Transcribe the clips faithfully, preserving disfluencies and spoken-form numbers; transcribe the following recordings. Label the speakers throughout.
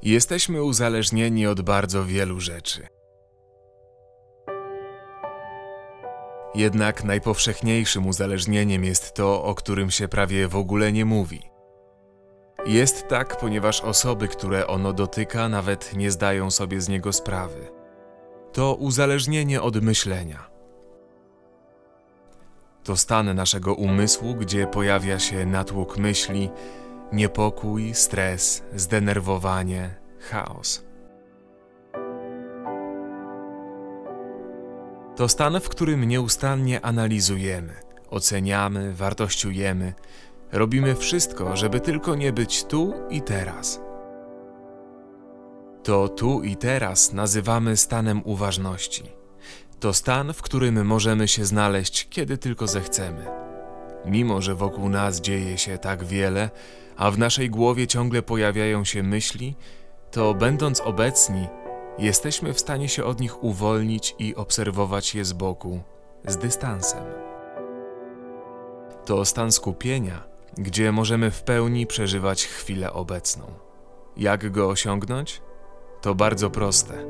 Speaker 1: Jesteśmy uzależnieni od bardzo wielu rzeczy. Jednak najpowszechniejszym uzależnieniem jest to, o którym się prawie w ogóle nie mówi. Jest tak, ponieważ osoby, które ono dotyka, nawet nie zdają sobie z niego sprawy. To uzależnienie od myślenia. To stan naszego umysłu, gdzie pojawia się natłok myśli, niepokój, stres, zdenerwowanie, chaos. To stan, w którym nieustannie analizujemy, oceniamy, wartościujemy, robimy wszystko, żeby tylko nie być tu i teraz. To tu i teraz nazywamy stanem uważności. To stan, w którym możemy się znaleźć, kiedy tylko zechcemy. Mimo że wokół nas dzieje się tak wiele, a w naszej głowie ciągle pojawiają się myśli, to będąc obecni, jesteśmy w stanie się od nich uwolnić i obserwować je z boku, z dystansem. To stan skupienia, gdzie możemy w pełni przeżywać chwilę obecną. Jak go osiągnąć? To bardzo proste.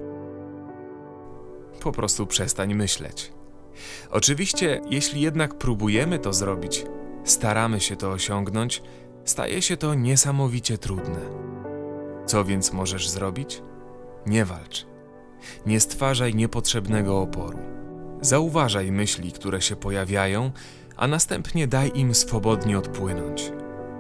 Speaker 1: Po prostu przestań myśleć. Oczywiście, jeśli jednak próbujemy to zrobić, staramy się to osiągnąć, staje się to niesamowicie trudne. Co więc możesz zrobić? Nie walcz. Nie stwarzaj niepotrzebnego oporu. Zauważaj myśli, które się pojawiają, a następnie daj im swobodnie odpłynąć.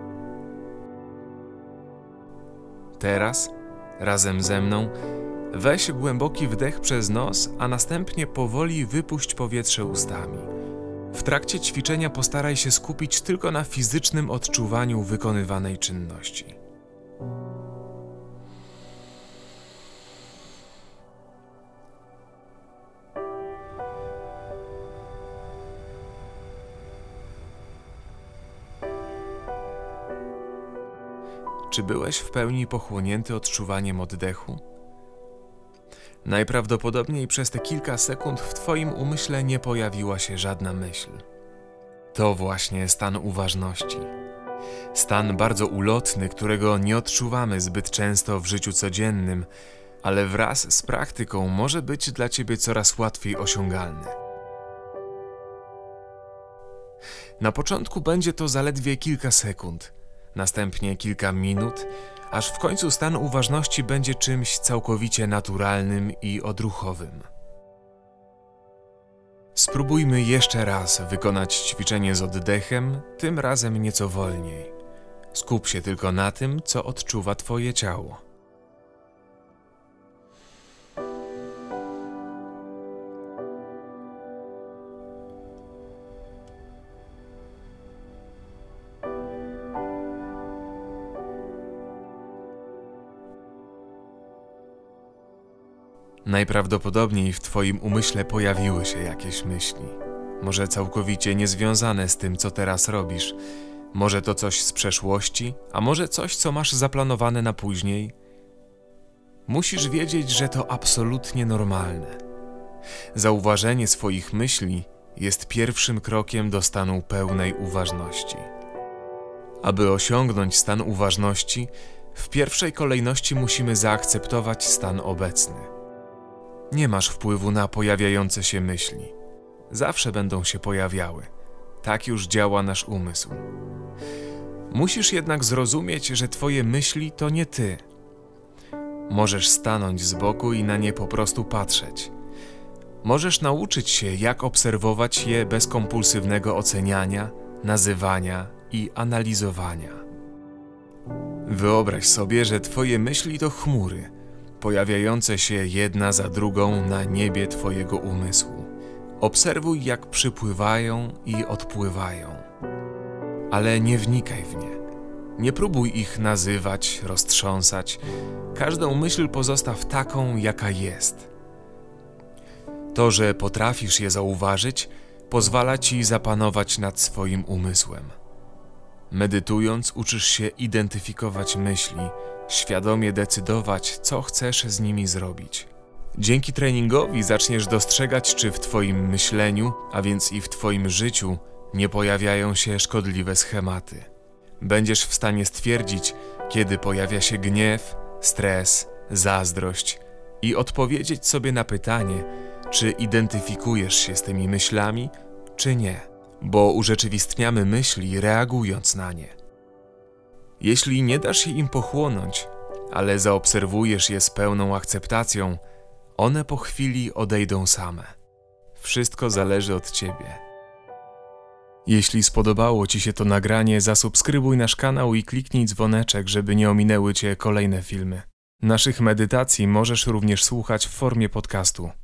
Speaker 1: Teraz, razem ze mną, weź głęboki wdech przez nos, a następnie powoli wypuść powietrze ustami. W trakcie ćwiczenia postaraj się skupić tylko na fizycznym odczuwaniu wykonywanej czynności. Czy byłeś w pełni pochłonięty odczuwaniem oddechu? Najprawdopodobniej przez te kilka sekund w twoim umyśle nie pojawiła się żadna myśl. To właśnie stan uważności. Stan bardzo ulotny, którego nie odczuwamy zbyt często w życiu codziennym, ale wraz z praktyką może być dla ciebie coraz łatwiej osiągalny. Na początku będzie to zaledwie kilka sekund, następnie kilka minut, aż w końcu stan uważności będzie czymś całkowicie naturalnym i odruchowym. Spróbujmy jeszcze raz wykonać ćwiczenie z oddechem, tym razem nieco wolniej. Skup się tylko na tym, co odczuwa twoje ciało. Najprawdopodobniej w twoim umyśle pojawiły się jakieś myśli. Może całkowicie niezwiązane z tym, co teraz robisz. Może to coś z przeszłości, a może coś, co masz zaplanowane na później. Musisz wiedzieć, że to absolutnie normalne. Zauważenie swoich myśli jest pierwszym krokiem do stanu pełnej uważności. Aby osiągnąć stan uważności, w pierwszej kolejności musimy zaakceptować stan obecny. Nie masz wpływu na pojawiające się myśli. Zawsze będą się pojawiały. Tak już działa nasz umysł. Musisz jednak zrozumieć, że twoje myśli to nie ty. Możesz stanąć z boku i na nie po prostu patrzeć. Możesz nauczyć się, jak obserwować je bez kompulsywnego oceniania, nazywania i analizowania. Wyobraź sobie, że twoje myśli to chmury, pojawiające się jedna za drugą na niebie twojego umysłu. Obserwuj, jak przypływają i odpływają. Ale nie wnikaj w nie. Nie próbuj ich nazywać, roztrząsać. Każdą myśl pozostaw taką, jaka jest. To, że potrafisz je zauważyć, pozwala ci zapanować nad swoim umysłem. Medytując, uczysz się identyfikować myśli, świadomie decydować, co chcesz z nimi zrobić. Dzięki treningowi zaczniesz dostrzegać, czy w twoim myśleniu, a więc i w twoim życiu, nie pojawiają się szkodliwe schematy. Będziesz w stanie stwierdzić, kiedy pojawia się gniew, stres, zazdrość i odpowiedzieć sobie na pytanie, czy identyfikujesz się z tymi myślami, czy nie, bo urzeczywistniamy myśli reagując na nie. Jeśli nie dasz się im pochłonąć, ale zaobserwujesz je z pełną akceptacją, one po chwili odejdą same. Wszystko zależy od ciebie. Jeśli spodobało ci się to nagranie, zasubskrybuj nasz kanał i kliknij dzwoneczek, żeby nie ominęły cię kolejne filmy. Naszych medytacji możesz również słuchać w formie podcastu.